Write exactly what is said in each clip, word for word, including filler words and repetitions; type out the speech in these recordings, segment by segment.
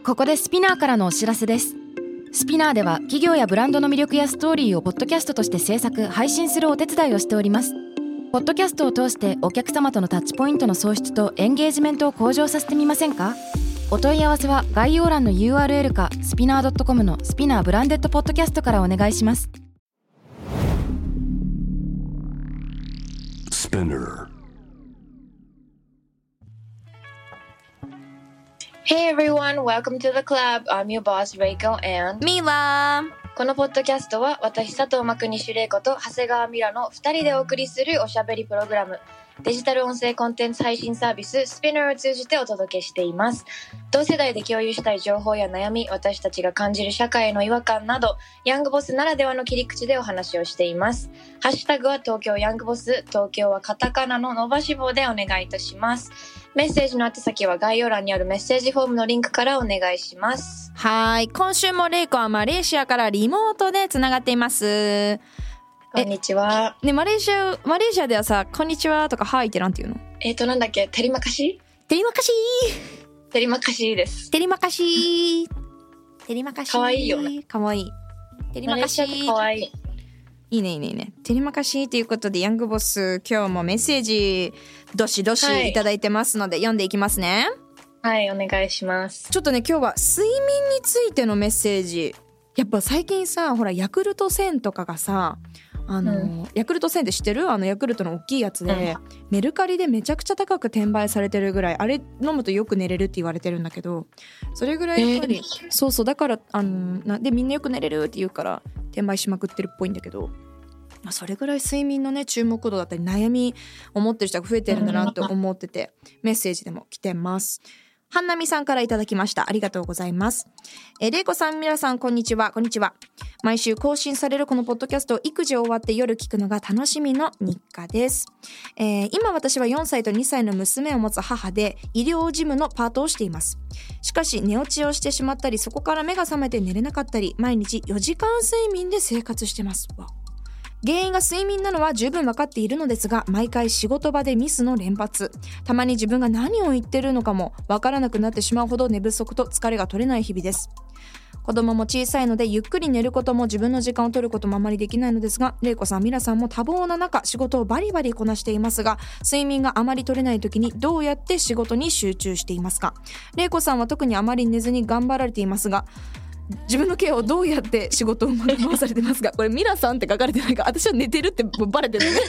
ここでスピナーからのお知らせです。スピナーでは企業やブランドの魅力やストーリーをポッドキャストとして制作・配信するお手伝いをしております。ポッドキャストを通してお客様とのタッチポイントの創出とエンゲージメントを向上させてみませんか？お問い合わせは概要欄の ユーアールエル かスピナー ドットコム のスピナーブランデッドポッドキャストからお願いします。 スピナー Hey everyone, welcome to the club. I'm your boss, Reiko and Mila. このポッドキャストは私佐藤真国主玲子と長谷川ミラのふたりでお送りするおしゃべりプログラム、デジタル音声コンテンツ配信サービス Spinner を通じてお届けしています。同世代で共有したい情報や悩み、私たちが感じる社会への違和感など、ヤングボスならではの切り口でお話をしています。ハッシュタグは東京ヤングボス、東京はカタカナの伸ばし棒でお願いいたします。メッセージの宛先は概要欄にあるメッセージフォームのリンクからお願いします。 はい、今週もレイコはマレーシアからリモートでつながっています。 こんにちは。 ね、マレーシアマレーシアではさ、こんにちはとかはいってなんて言うの？ えっとなんだっけ、テリマカシテリマカシテリマカシです。 テリマカシテリマカシかわいいよね。 かわいい。テリマカシマレーシアってかわいい。 いいねいいねいいね。テリマカシということでヤングボス、今日もメッセージどしどしいただいてますので、はい、読んでいきますね。 はい、お願いします。 ちょっとね、今日は睡眠についてのメッセージ。やっぱ最近さ、ほらヤクルトせんとかがさ、あの、うん、ヤクルトせんって知ってる？あのヤクルトの大きいやつで、うん、メルカリでめちゃくちゃ高く転売されてるぐらい、あれ飲むとよく寝れるって言われてるんだけど、それぐらいやっぱり、えー、そうそう、だからあのなでみんなよく寝れるって言うから転売しまくってるっぽいんだけど、まあ、それぐらい睡眠のね注目度だったり悩みを持ってる人が増えてるんだなと思ってて、メッセージでも来てます。ハンナミさんからいただきました。ありがとうございます。え、レイコさん、皆さんこんにちは。こんにちは。毎週更新されるこのポッドキャストを育児終わって夜聞くのが楽しみの日課です。えー、今私はよんさいとにさいの娘を持つ母で医療事務のパートをしています。しかし寝落ちをしてしまったり、そこから目が覚めて寝れなかったり、毎日よじかん睡眠で生活してます。わ原因が睡眠なのは十分分かっているのですが、毎回仕事場でミスの連発、たまに自分が何を言ってるのかも分からなくなってしまうほど寝不足と疲れが取れない日々です。子供も小さいのでゆっくり寝ることも自分の時間を取ることもあまりできないのですが、レイコさん、ミラさんも多忙な中仕事をバリバリこなしていますが、睡眠があまり取れない時にどうやって仕事に集中していますか？レイコさんは特にあまり寝ずに頑張られていますが、自分のケアをどうやって仕事を回されてますか？これミラさんって書かれてないから、私は寝てるってバレてるね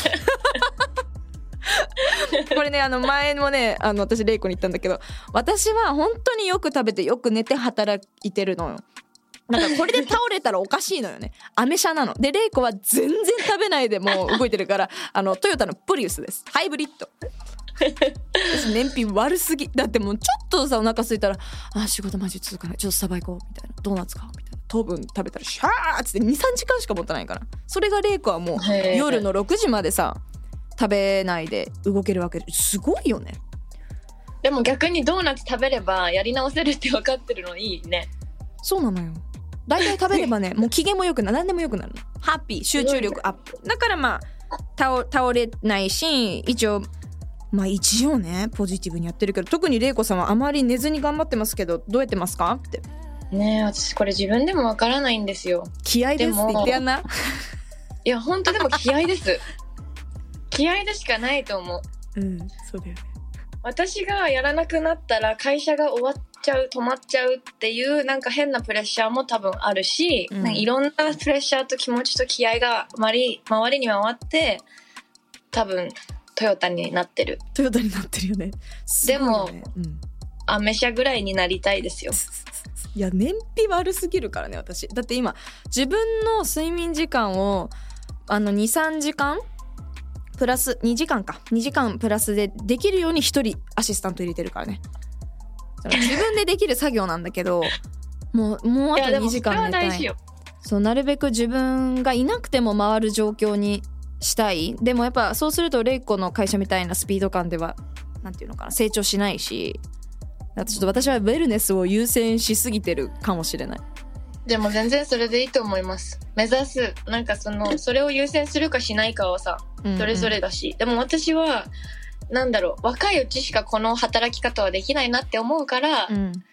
これね、あの前もね、あの私レイコに言ったんだけど、私は本当によく食べてよく寝て働いてるのよ。なんかこれで倒れたらおかしいのよね。アメ車なので、レイコは全然食べないでもう動いてるからあのトヨタのプリウスです。ハイブリッド私燃費悪すぎ。だってもうちょっとさお腹空いたら、あ仕事マジ続かない、ちょっとスタバ行こうみたいな、ドーナツ買おうみたいな、糖分食べたらシャーッつって にさんじかんしか持たないから。それがレイコはもう夜のろくじまでさ食べないで動けるわけで、すごいよね。 でも逆にドーナツ食べればやり直せるって分かってるのいいね。 そうなのよ。だいたい食べればねもう機嫌も良くなる、何でも良くなるの。ハッピー、集中力アップだからまあ 倒, 倒れないし、一応まあ一応ねポジティブにやってるけど、特にレイコさんはあまり寝ずに頑張ってますけど、どうやってますかってねえ。私これ自分でもわからないんですよ。 気合ですって言ってやんな。 いや本当でも気合です気合でしかないと思う。 うんそうだよね。 私がやらなくなったら会社が終わっちゃう、止まっちゃうっていうなんか変なプレッシャーも多分あるし、うん、なんかいろんなプレッシャーと気持ちと気合が周り、周りに回って多分トヨタになってる。 トヨタになってるよね。 でも、うん、アメ車ぐらいになりたいですよ。 いや燃費悪すぎるからね私。だって今自分の睡眠時間をあの にさんじかんプラスにじかんかにじかんプラスでできるようにひとりアシスタント入れてるからね。自分でできる作業なんだけどもうもうあとにじかん寝たい。そうなるべく自分がいなくても回る状況にしたい。でもやっぱそうするとレイコの会社みたいなスピード感ではなんていうのかな、成長しないし、あとちょっと私はウェルネスを優先しすぎてるかもしれない。 でも全然それでいいと思います。目指すなんかそのそれを優先するかしないかはさそれぞれだし、うんうん、でも私はなんだろう、若いうちしかこの働き方はできないなって思うから、うん、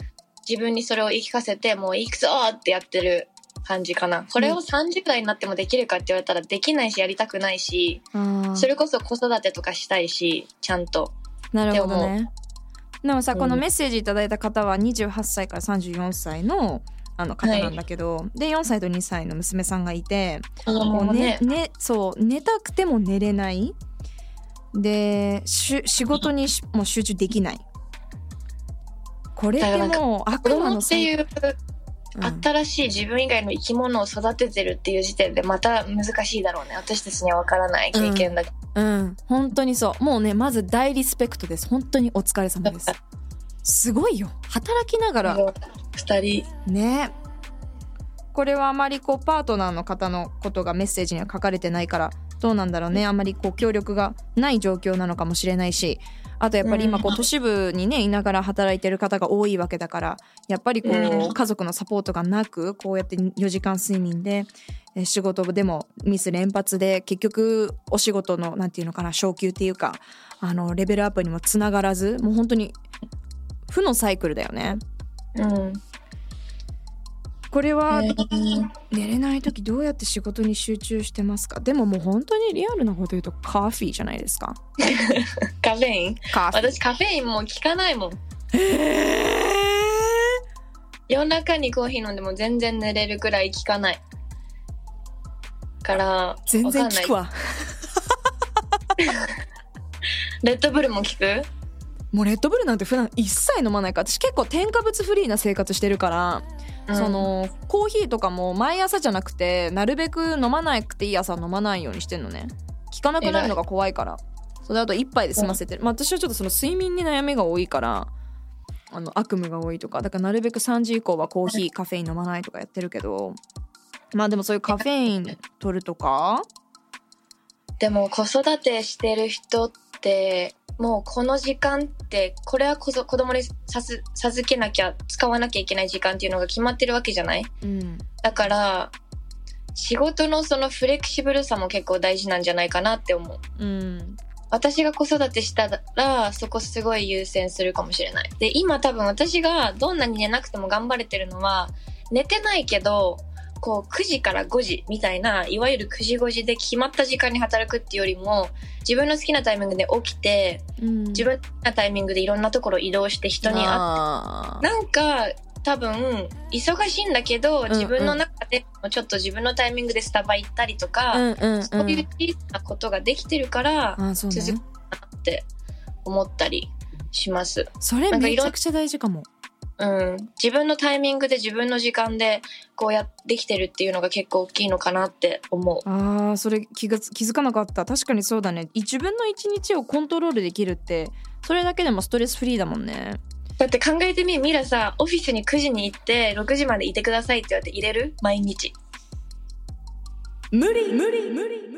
自分にそれを言い聞かせて、もう行くぞってやってる感じかな。これをさんじゅう代になってもできるかって言われたらできないし、やりたくないし、それこそ子育てとかしたいし、ちゃんと。 なるほどね。でもさ、このメッセージいただいた方はにじゅうはっさいからさんじゅうよんさいのあの方なんだけど、はい、でよんさいとにさいの娘さんがいて、 子供もね、 ね、そう寝たくても寝れないで、し仕事にも集中できない。これってもう悪魔のっていう、うん、新しい自分以外の生き物を育ててるっていう時点でまた難しいだろうね。私たちには分からない経験だけど、 うん、うん、本当にそう。もうね、まず大リスペクトです。本当にお疲れ様です。すごいよ、働きながらふたりね。これはあまりこうパートナーの方のことがメッセージには書かれてないからどうなんだろうね。あまりこう協力がない状況なのかもしれないし、あとやっぱり今こう都市部にねいながら働いてる方が多いわけだから、やっぱりこう家族のサポートがなく、こうやってよじかん睡眠で仕事でもミス連発で、結局お仕事のなんていうのかな、昇給っていうか、あのレベルアップにもつながらず、もう本当に負のサイクルだよね。 うん、 これは寝れない時どうやって仕事に集中してますか？でももう本当にリアルなこと言うとカーフィーじゃないですか。 カフェイン？カ私カフェインもう効かないもん。 えー、 夜中にコーヒー飲んでも全然寝れるくらい効かないから全然効くわ。 レッドブルも効く？ もうレッドブルなんて普段一切飲まないから、私結構添加物フリーな生活してるから、うん、そのコーヒーとかも毎朝じゃなくてなるべく飲まなくていい朝飲まないようにしてんのね。効かなくなるのが怖いから。それだと一杯で済ませてる、うん、まあ、私はちょっとその睡眠に悩みが多いから、あの悪夢が多いとかだから、なるべくさんじ以降はコーヒーカフェイン飲まないとかやってるけど、まあでもそういうカフェイン取るとか。 でも子育てしてる人ってもうこの時間ってこれはこそ子供に授けなきゃ使わなきゃいけない時間っていうのが決まってるわけじゃない、 うん、 だから仕事のそのフレキシブルさも結構大事なんじゃないかなって思う、 うん、 私が子育てしたらそこすごい優先するかもしれない。で今多分私がどんなに寝なくても頑張れてるのは、寝てないけどこうくじからごじみたいな、いわゆるくじごじで決まった時間に働くっていうよりも、自分の好きなタイミングで起きて、うん、自分の好きなタイミングでいろんなところ移動して人に会って、なんか多分忙しいんだけど、自分の中でちょっと自分のタイミングでスタバ行ったりとか、うんうんうん、そういう小さなことができてるから続くかなって思ったりします。 それめちゃくちゃ大事かも。 うん、自分のタイミングで自分の時間でこうやってきてるっていうのが結構大きいのかなって思う。 あー、それ気が気づかなかった。確かにそうだね。自分の一日をコントロールできるって、それだけでもストレスフリーだもんね。 だって考えてみ、ミラさ、オフィスにくじに行ってろくじまでいてくださいって言われて入れる？毎日。 無理無理無理無理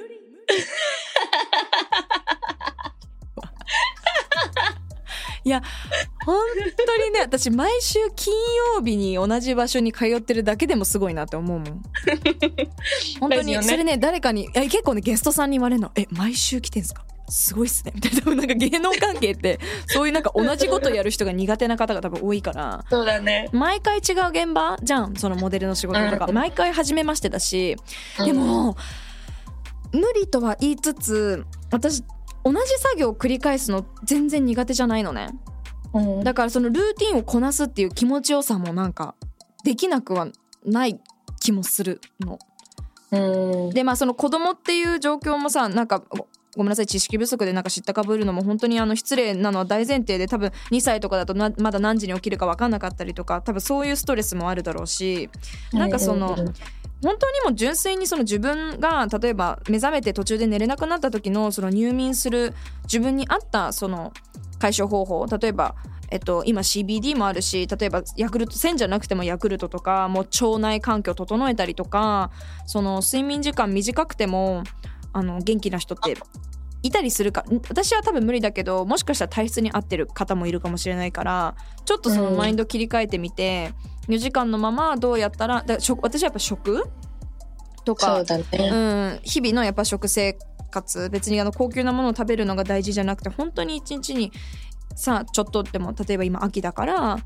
いや本当にね、私毎週金曜日に同じ場所に通ってるだけでもすごいなって思うもん。本当にそれね、誰かに結構ねゲストさんに言われるの、え毎週来てんすか、すごいっすねみたいな。なんか芸能関係ってそういうなんか同じことやる人が苦手な方が多分多いから。 そうだね、 毎回違う現場じゃん、そのモデルの仕事とか、うん、毎回初めましてだし、でも、うん、無理とは言いつつ、私同じ作業を繰り返すの全然苦手じゃないのね、うん、だからそのルーティンをこなすっていう気持ちよさもなんかできなくはない気もするの、うん、でまあその子供っていう状況もさ、なんかごめんなさい、知識不足でなんか知ったかぶるのも本当にあの失礼なのは大前提で、多分にさいとかだとなまだ何時に起きるか分かんなかったりとか、多分そういうストレスもあるだろうし、なんかその、うん、本当にも純粋にその自分が例えば目覚めて途中で寝れなくなった時のその入眠する自分に合ったその解消方法、例えば、えっと、今 シービーディー もあるし、例えばヤクルトせんじゃなくてもヤクルトとか、もう腸内環境整えたりとか、その睡眠時間短くてもあの元気な人っていたりするか。私は多分無理だけど、もしかしたら体質に合ってる方もいるかもしれないから、ちょっとそのマインド切り替えてみて、うん、よじかんのままどうやったら、だ食私はやっぱ食とか、 そうだね、 うん、日々のやっぱ食生活、別にあの高級なものを食べるのが大事じゃなくて、本当に一日にさちょっとでも、例えば今秋だから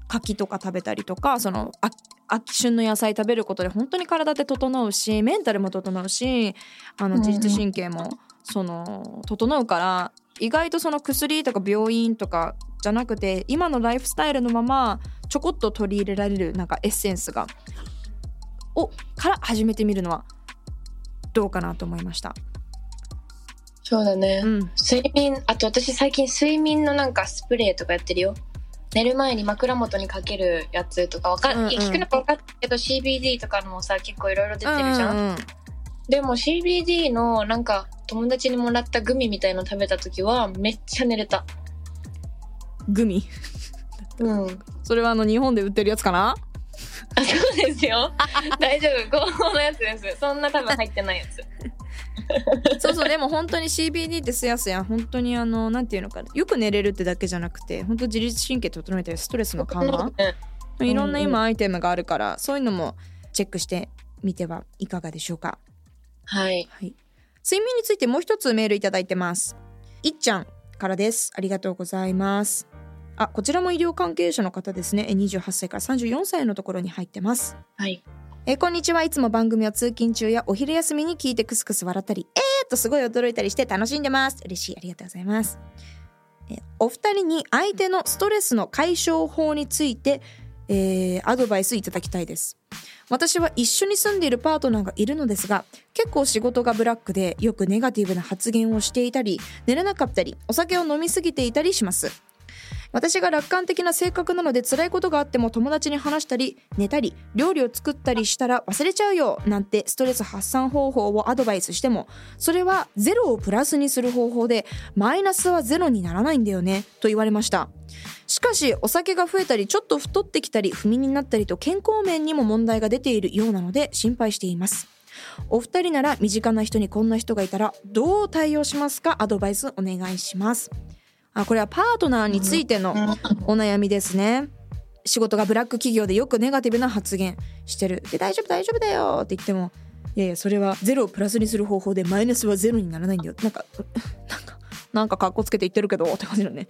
柿とか食べたりとか、その秋旬の野菜食べることで本当に体って整うし、メンタルも整うし、あの自律神経もその整うから、意外とその薬とか病院とかじゃなくて、今のライフスタイルのままちょこっと取り入れられるなんかエッセンスがをから始めてみるのはどうかなと思いました。 そうだね、うん、睡眠、あと私最近睡眠のなんかスプレーとかやってるよ。寝る前に枕元にかけるやつとかわか、うんうん、聞くの分かったけど シービーディー とかもさ結構いろいろ出てるじゃん、うんうん、でも シービーディー のなんか友達にもらったグミみたいの食べた時はめっちゃ寝れた。 グミうん、それはあの日本で売ってるやつかな。 あ、そうですよ大丈夫、合法のやつです。そんな多分入ってないやつそうそう、でも本当に シービーディー ってすやすや本当にあのなんていうのかな、よく寝れるってだけじゃなくて、本当自律神経整えたりストレスの緩和、うん、いろんな今アイテムがあるから、そういうのもチェックしてみてはいかがでしょうか。 はい、 はい、睡眠についてもう一つメールいただいてます。いっちゃんからです。ありがとうございます。あ、こちらも医療関係者の方ですね。にじゅうはっさいからさんじゅうよんさいのところに入ってます。 はい。 えこんにちは。いつも番組を通勤中やお昼休みに聞いてクスクス笑ったり、えーっとすごい驚いたりして楽しんでます。嬉しい、ありがとうございます。えお二人に相手のストレスの解消法について、えー、アドバイスいただきたいです。私は一緒に住んでいるパートナーがいるのですが、結構仕事がブラックでよくネガティブな発言をしていたり、寝れなかったり、お酒を飲みすぎていたりします。私が楽観的な性格なので、辛いことがあっても友達に話したり、寝たり、料理を作ったりしたら忘れちゃうよなんてストレス発散方法をアドバイスしても、それはゼロをプラスにする方法で、マイナスはゼロにならないんだよねと言われました。しかしお酒が増えたり、ちょっと太ってきたり、不眠になったりと健康面にも問題が出ているようなので心配しています。お二人なら身近な人にこんな人がいたらどう対応しますか？アドバイスお願いします。あ、これはパートナーについてのお悩みですね。仕事がブラック企業でよくネガティブな発言してる。で、大丈夫大丈夫だよって言っても、いやいやそれはゼロをプラスにする方法でマイナスはゼロにならないんだよ。なんかなんかなんかカッコつけて言ってるけどって感じだね。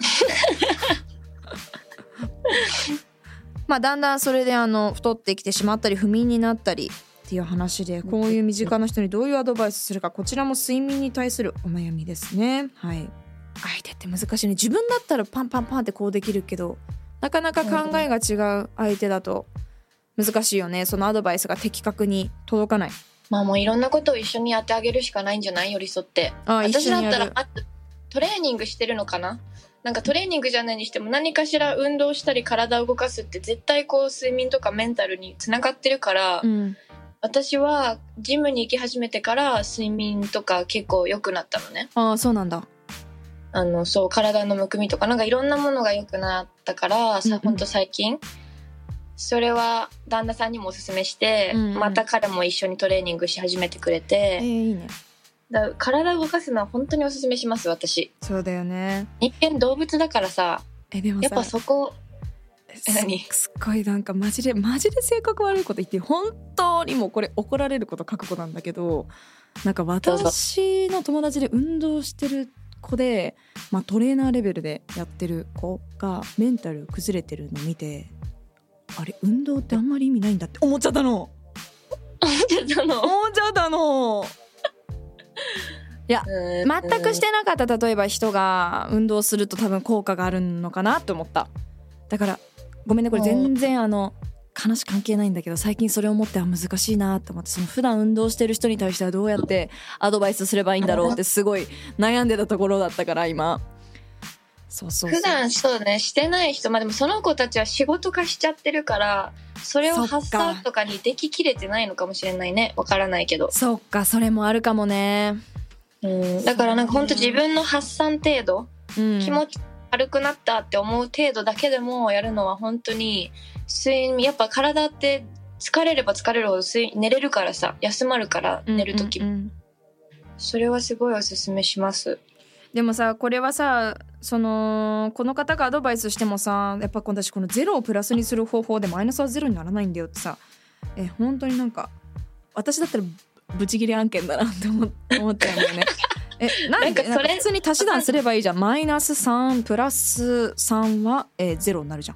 まあだんだんそれであの太ってきてしまったり、不眠になったりっていう話で、こういう身近な人にどういうアドバイスするか、こちらも睡眠に対するお悩みですね。はい。相手って難しいね。自分だったらパンパンパンってこうできるけど、なかなか考えが違う相手だと難しいよね。そのアドバイスが的確に届かない。 まあもういろんなことを一緒にやってあげるしかないんじゃない？寄り添って。ああ、私だったらトレーニングしてるのかな。なんかトレーニングじゃないにしても何かしら運動したり体を動かすって絶対こう睡眠とかメンタルにつながってるから、うん、私はジムに行き始めてから睡眠とか結構良くなったのね。 ああ、そうなんだ。 あのそう体のむくみとかなんかいろんなものが良くなったから、さ、ほんと最近それは旦那さんにもおすすめして、うんうん、また彼も一緒にトレーニングし始めてくれて、 えー、いいね。 だ体を動かすのは本当におすすめします私。 そうだよね。 人間動物だからさ、 えでもさやっぱそこ何すっごいなんかマジでマジで性格悪いこと言って本当にもうこれ怒られること覚悟なんだけど、なんか私の友達で運動してる子で、まあ、トレーナーレベルでやってる子がメンタル崩れてるの見て、あれ運動ってあんまり意味ないんだって思っちゃったの思っちゃったの思っちゃったのいや全くしてなかった。例えば人が運動すると多分効果があるのかなって思った。だからごめんね、これ全然あの話関係ないんだけど、最近それを思っては難しいなと思って、その普段運動してる人に対してはどうやってアドバイスすればいいんだろうってすごい悩んでたところだったから今。そうそうそう。 普段そうねしてない人、まあでもその子たちは仕事化しちゃってるから、それを発散とかにでききれてないのかもしれないね。わからないけど。 そっか、それもあるかもね。 うん、だからなんか本当自分の発散程度、うん、気持ち軽くなったって思う程度だけでもやるのは本当に睡眠、やっぱ体って疲れれば疲れるほど寝れるからさ、休まるから寝る時も、うんうんうん、それはすごいおすすめします。 でもさ、これはさ、そのこの方がアドバイスしてもさ、やっぱ私このゼロをプラスにする方法でマイナスはゼロにならないんだよってさ、え本当になんか私だったらブチギレ案件だなって思っちゃうんだよね。えなんでなんか普通に足し算すればいいじゃん。マイナスさんプラスさんは、えー、ゼロになるじゃん。ほら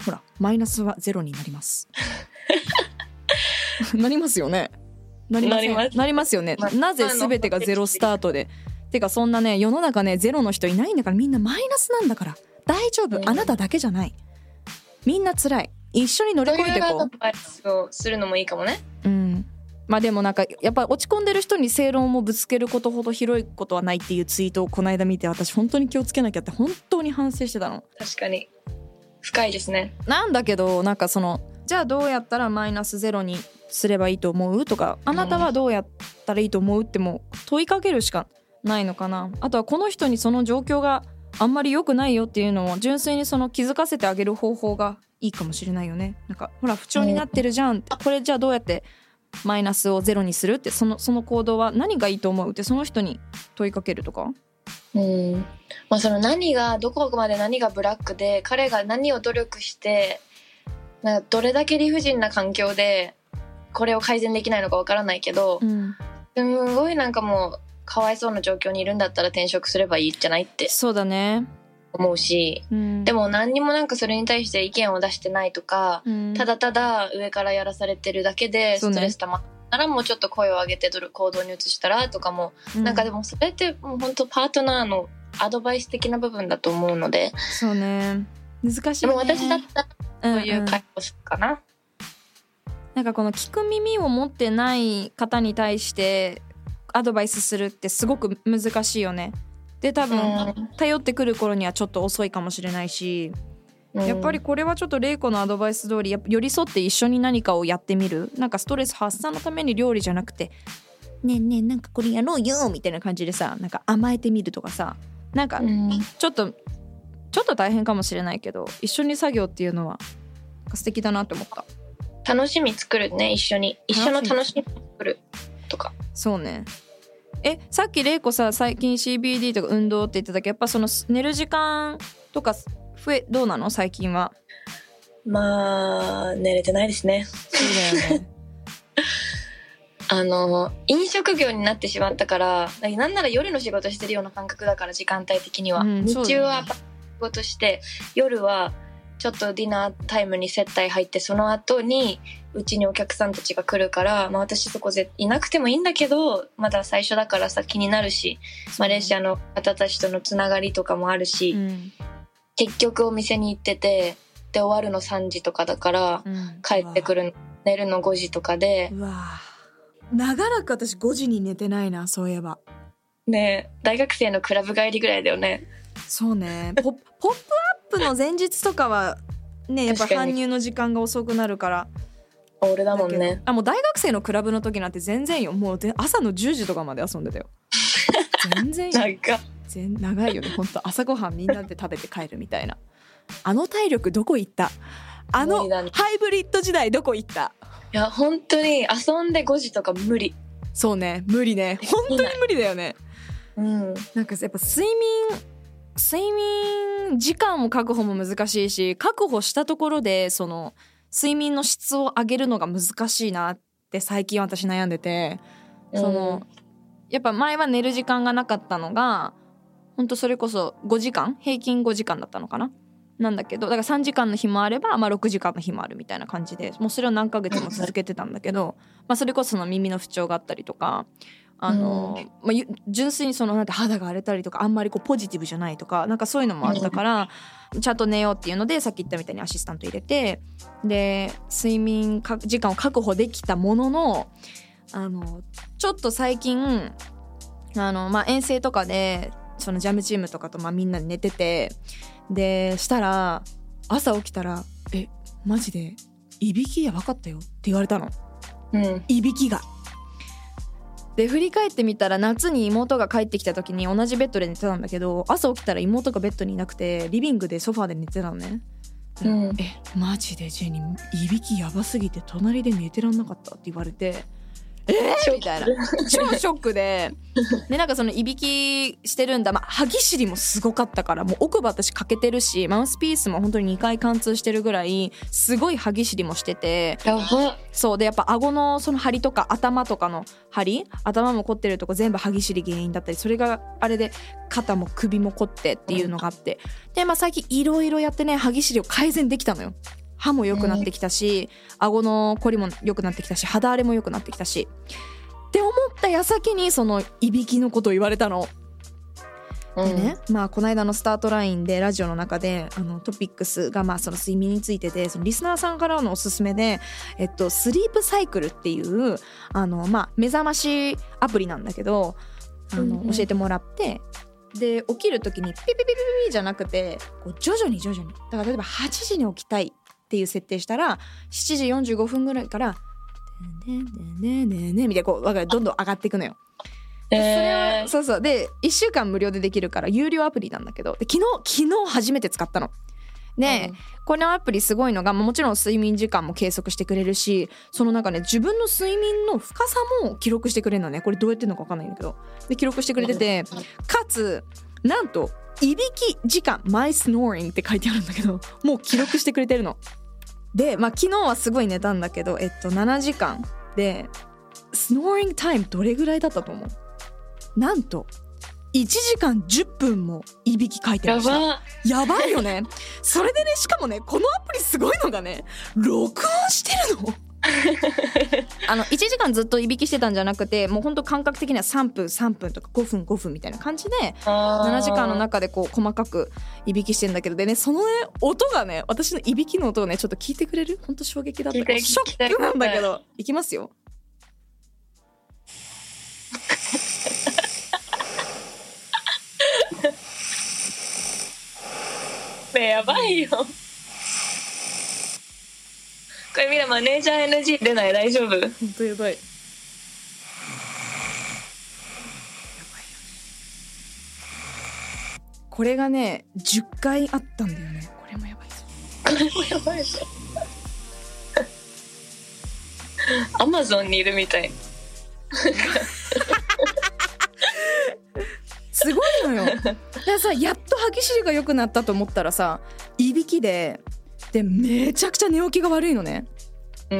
マイナスはゼロになりますなりますよね。なりません。 なりますなりますよね、ま、なぜ全てがゼロスタートで。てかそんなね世の中ねゼロの人いないんだから、みんなマイナスなんだから大丈夫、あなただけじゃない、みんな辛い、一緒に乗り越えていこう。 そういうアドバイスをするのもいいかもね。 うん、まあでもなんかやっぱ落ち込んでる人に正論をぶつけることほど広いことはないっていうツイートをこの間見て、私本当に気をつけなきゃって本当に反省してたの。 確かに深いですね。 なんだけどなんかそのじゃあどうやったらマイナスゼロにすればいいと思うとか、あなたはどうやったらいいと思うってもう問いかけるしかないのかな。あとはこの人にその状況があんまり良くないよっていうのを純粋にその気づかせてあげる方法がいいかもしれないよね。なんかほら不調になってるじゃんって、これじゃあどうやってマイナスをゼロにするって、そのその行動は何がいいと思うってその人に問いかけるとか。 うんまあ、その何がどこまで何がブラックで彼が何を努力してなんかどれだけ理不尽な環境でこれを改善できないのかわからないけど、 うん、 すごいなんかもうかわいそうな状況にいるんだったら転職すればいいんじゃないってそうだね思うし、うん、でも何にもなんかそれに対して意見を出してないとか、うん、ただただ上からやらされてるだけでストレス溜まったらもうちょっと声を上げて行動に移したらとかも、うん、なんかでもそれってもう本当パートナーのアドバイス的な部分だと思うので。 そうね難しいね。 でも私だったらそういう会をするかな、うんうん、 なんかこの聞く耳を持ってない方に対してアドバイスするってすごく難しいよね。で多分頼ってくる頃にはちょっと遅いかもしれないし、うん、やっぱりこれはちょっと玲子のアドバイス通りやっぱ寄り添って一緒に何かをやってみる。なんかストレス発散のために料理じゃなくてねえねえなんかこれやろうよみたいな感じでさ、なんか甘えてみるとかさ、なんかちょっと、うん、ちょっと大変かもしれないけど一緒に作業っていうのは素敵だなって思った。 楽しみ作るね、一緒に一緒の楽しみ作るとか。 そうね。えさっき玲子さ最近 シービーディー とか運動って言ってたけどやっぱその寝る時間とか増えどうなの最近は。 まあ寝れてないですね。 そうだよねあの飲食業になってしまったからなんなら夜の仕事してるような感覚だから時間帯的には、うん、日中は仕事して夜はちょっとディナータイムに接待入ってその後にうちにお客さんたちが来るから、まあ、私そこぜいなくてもいいんだけどまだ最初だからさ気になるし、マレーシアの方たちとのつながりとかもあるし、うん、結局お店に行っててで終わるのさんじとかだから、うん、帰ってくる寝るのごじとかで。 うわ長らく私ごじに寝てないな。そういえばねえ大学生のクラブ帰りぐらいだよね。 そうね ポ, ポップアップの前日とかはねやっぱ搬入の時間が遅くなるから俺だもんね。 あもう大学生のクラブの時なんて全然よ。もうで朝のじゅうじとかまで遊んでたよ全然よ長全長いよね本当。朝ごはんみんなで食べて帰るみたいなあの体力どこ行った。あのハイブリッド時代どこ行った。 いや本当に遊んでごじとか無理。 そうね無理ね本当に無理だよね。 うん、 なんかやっぱ睡眠睡眠時間を確保も難しいし確保したところでその睡眠の質を上げるのが難しいなって最近私悩んでて、その、うん、やっぱ前は寝る時間がなかったのが本当それこそごじかん平均ごじかんだったのかななんだけどだからさんじかんの日もあれば、まあ、ろくじかんの日もあるみたいな感じでもうそれを何ヶ月も続けてたんだけど、まあ、それこその耳の不調があったりとかあの、うんまあ、純粋にそのなんて肌が荒れたりとかあんまりこうポジティブじゃないとかなんかそういうのもあったから、うん、ちゃんと寝ようっていうのでさっき言ったみたいにアシスタント入れてで睡眠時間を確保できたもののあのちょっと最近あの、まあ、遠征とかでそのジャムチームとかとまあみんなで寝ててでしたら朝起きたらえマジでいびきやばかったよって言われたの、うん、いびきがで振り返ってみたら夏に妹が帰ってきた時に同じベッドで寝てたんだけど朝起きたら妹がベッドにいなくてリビングでソファーで寝てたのね、うん、えマジでジェニーいびきやばすぎて隣で寝てらんなかったって言われてえー、みたいな超ショックででなんかそのいびきしてるんだ、まあ、歯ぎしりもすごかったからもう奥歯私欠けてるしマウスピースも本当ににかい貫通してるぐらいすごい歯ぎしりもしててやばそうでやっぱ顎のその張りとか頭とかの張り頭も凝ってるとこ全部歯ぎしり原因だったりそれがあれで肩も首も凝ってっていうのがあってで、まあ、最近いろいろやってね歯ぎしりを改善できたのよ歯も良くなってきたし、顎のこりも良くなってきたし、肌荒れも良くなってきたしって思った矢先にそのいびきのことを言われたの。でね、うん、まあこの間のスタートラインでラジオの中であのトピックスがまあその睡眠についてで、そのリスナーさんからのおすすめで、えっと、スリープサイクルっていうあの、まあ、目覚ましアプリなんだけど、あの、うんうん、教えてもらって、で起きる時にピピピピピピじゃなくてこう徐々に徐々に、だから例えばはちじに起きたいっていう設定したらしちじよんじゅうごふんぐらいからねねねねねみたいなこうどんどん上がっていくのよ。でそれはそうそうでいっしゅうかん無料でできるから有料アプリなんだけど、で昨日昨日初めて使ったので、うん、このアプリすごいのがもちろん睡眠時間も計測してくれるし、そのなんかね自分の睡眠の深さも記録してくれるのね。これどうやってるのか分かんないんだけど、で記録してくれてて、かつなんといびき時間 My snoring って書いてあるんだけど、もう記録してくれてるので、まあ昨日はすごい寝たんだけど、えっとななじかんでスノーリングタイムどれぐらいだったと思う？なんといちじかんじゅっぷんもいびきかいてました。やば、やばいよね。それでね、しかもねこのアプリすごいのがね録音してるのあのいちじかんずっといびきしてたんじゃなくて、もうほんと感覚的にはさんぷんさんぷんとかごふんごふんみたいな感じでななじかんの中でこう細かくいびきしてんだけど、でねそのね音がね、私のいびきの音をねちょっと聞いてくれる？ほんと衝撃だったからショックなんだけど、いきますよ。 ねえやばいよこれみんなマネージャー エヌジー 出ない？大丈夫？ ほんとやばい。これがねじゅっかいあったんだよね。これもやばいぞ。 これもやばいぞ。アマゾンにいるみたい。 すごいのよ。だからさ、やっと歯ぎしりが良くなったと思ったらさ、いびきででめちゃくちゃ寝起きが悪いのね。 うん。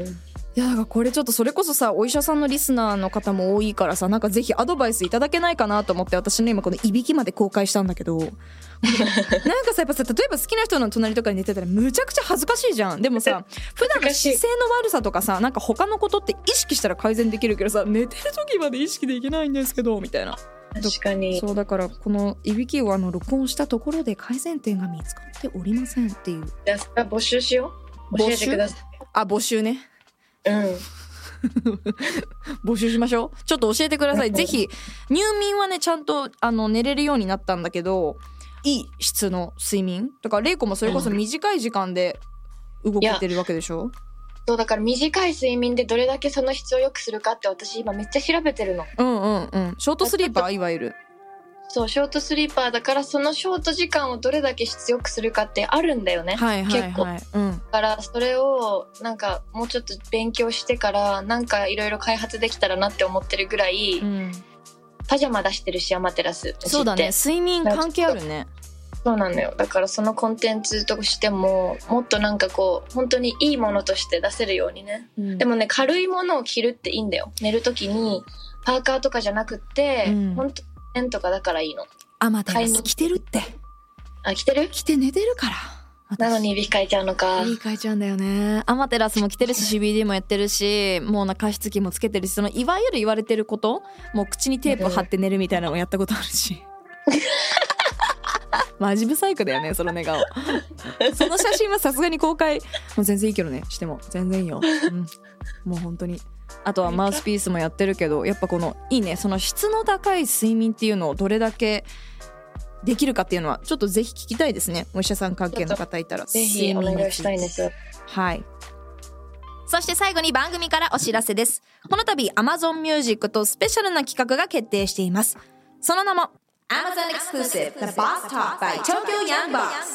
いやだからこれちょっとそれこそさ、お医者さんのリスナーの方も多いからさ、なんかぜひアドバイスいただけないかなと思って私の今このいびきまで公開したんだけどなんかさやっぱさ、例えば好きな人の隣とかに寝てたらむちゃくちゃ恥ずかしいじゃん。でもさ普段の姿勢の悪さとかさ、なんか他のことって意識したら改善できるけどさ、寝てる時まで意識できないんですけどみたいな。 確かに。 そうだからこのいびきをあの録音したところで改善点が見つかっておりませんっていう。 じゃあ募集しよう。教えてください。 あ、募集ね。 うん募集しましょう。ちょっと教えてください。ぜひ入眠はねちゃんとあの寝れるようになったんだけど、いい質の睡眠だから、レイコもそれこそ短い時間で動けてるわけでしょ。うん、 そうだから短い睡眠でどれだけその質を良くするかって私今めっちゃ調べてるの。 うんうんうん。ショートスリーパーいわゆる。 そうショートスリーパーだから、そのショート時間をどれだけ質良くするかってあるんだよね。 はいはいはい。 結構、うん、だからそれをなんかもうちょっと勉強してからなんかいろいろ開発できたらなって思ってるぐらい、うん、パジャマ出してるしアマテラス。 そうだね、睡眠関係あるね。 そうなんだよ。だからそのコンテンツとしてももっとなんかこう本当にいいものとして出せるようにね、うん、でもね軽いものを着るっていいんだよ。寝るときにパーカーとかじゃなくって、うん、本当ペンとかだからいいの。 アマテラス着てるって。 あ、着てる？ 着て寝てるから。 なのにいびきかいちゃうのか。 いびきかいちゃうんだよね。アマテラスも着てるし シービーディー もやってるし、もうな加湿器もつけてるし、そのいわゆる言われてること、もう口にテープ貼って寝るみたいなのもやったことあるし。マジブサイクだよねその寝顔。その写真はさすがに公開もう全然いいけどね、しても全然いいよ、うん、もう本当に。あとはマウスピースもやってるけど、やっぱこのいいね、その質の高い睡眠っていうのをどれだけできるかっていうのはちょっとぜひ聞きたいですね。お医者さん関係の方いたらぜひお願いしたいんです。 はい。そして最後に番組からお知らせです。この度 Amazon Music とスペシャルな企画が決定しています。その名も Amazon Exclusive The Boss Talk by Tokyo Young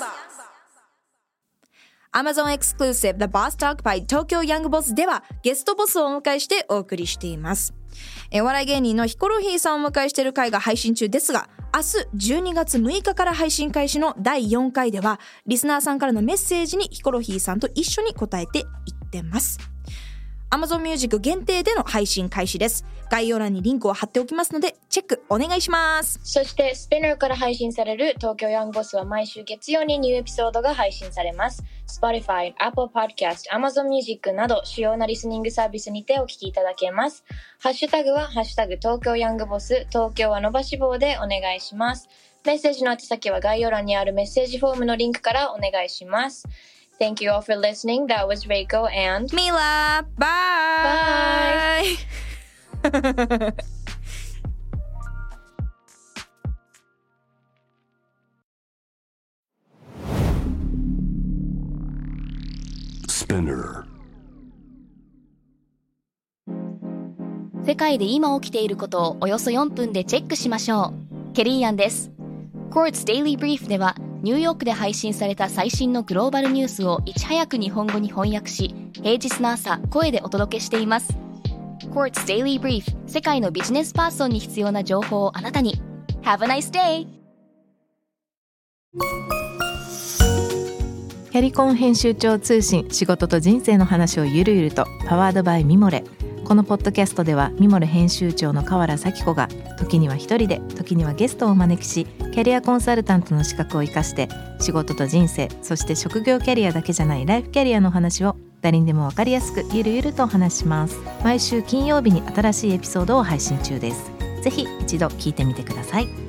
Boss。Amazon Exclusive The Boss Talk by Tokyo Young Boss ではゲストボスをお迎えしてお送りしています。えお笑い芸人のヒコロヒーさんをお迎えしている回が配信中ですが、明日じゅうにがつむいかから配信開始のだいよんかいではリスナーさんからのメッセージにヒコロヒーさんと一緒に答えていってます。 Amazon Music 限定での配信開始です。概要欄にリンクを貼っておきますのでチェックお願いします。 そして Spinner から配信される東京ヤングボスは毎週月曜にニューエピソードが配信されます。 Spotify、Apple Podcast、Amazon Music など主要なリスニングサービスにてお聞きいただけます。ハッシュタグはハッシュタグ東京ヤングボス、東京は伸ばし棒でお願いします。メッセージの宛先は概要欄にあるメッセージフォームのリンクからお願いします。Thank you all for listening. That was Reiko and Mila. Bye. Bye. Spinner. 世界で今起きていることをおよそよんぷんでチェックしましょう。ケリーアンです。Quartz Daily Brief ではニューヨークで配信された最新のグローバルニュースをいち早く日本語に翻訳し、平日の朝声でお届けしています。Quartz Daily Brief、 世界のビジネスパーソンに必要な情報をあなたに。 Have a nice day! キャリコン編集長通信、仕事と人生の話をゆるゆると、パワードバイミモレ。このポッドキャストではミモレ編集長の河原咲子が時には一人で時にはゲストをお招きし、キャリアコンサルタントの資格を生かして仕事と人生、そして職業キャリアだけじゃないライフキャリアの話を誰にでも分かりやすくゆるゆるとお話します。毎週金曜日に新しいエピソードを配信中です。ぜひ一度聞いてみてください。